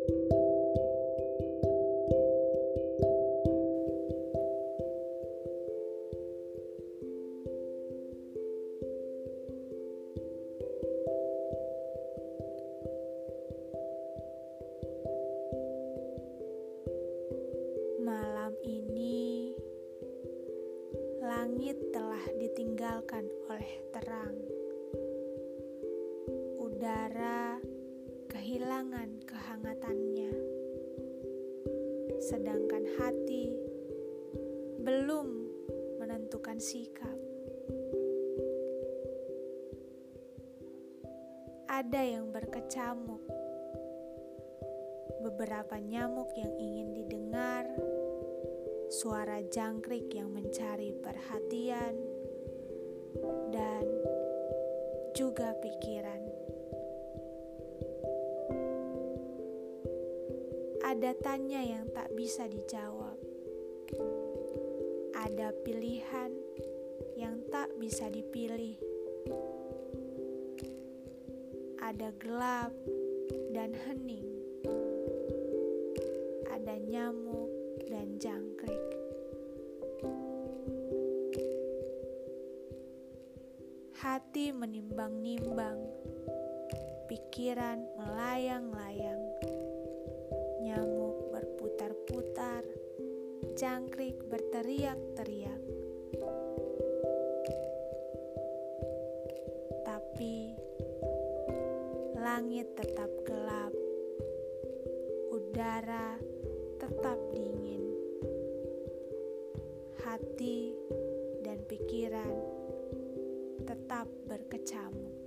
Malam ini, langit telah ditinggalkan oleh terang. Udara kehilangan kehangatannya, sedangkan hati belum menentukan sikap. Ada yang berkecamuk, beberapa nyamuk yang ingin didengar, suara jangkrik yang mencari perhatian, dan juga pikiran. Ada tanya yang tak bisa dijawab. Ada pilihan yang tak bisa dipilih. Ada gelap dan hening. Ada nyamuk dan jangkrik. Hati menimbang-nimbang, pikiran melayang-layang, nyamuk berputar-putar, jangkrik berteriak-teriak. Tapi langit tetap gelap, udara tetap dingin, hati dan pikiran tetap berkecamuk.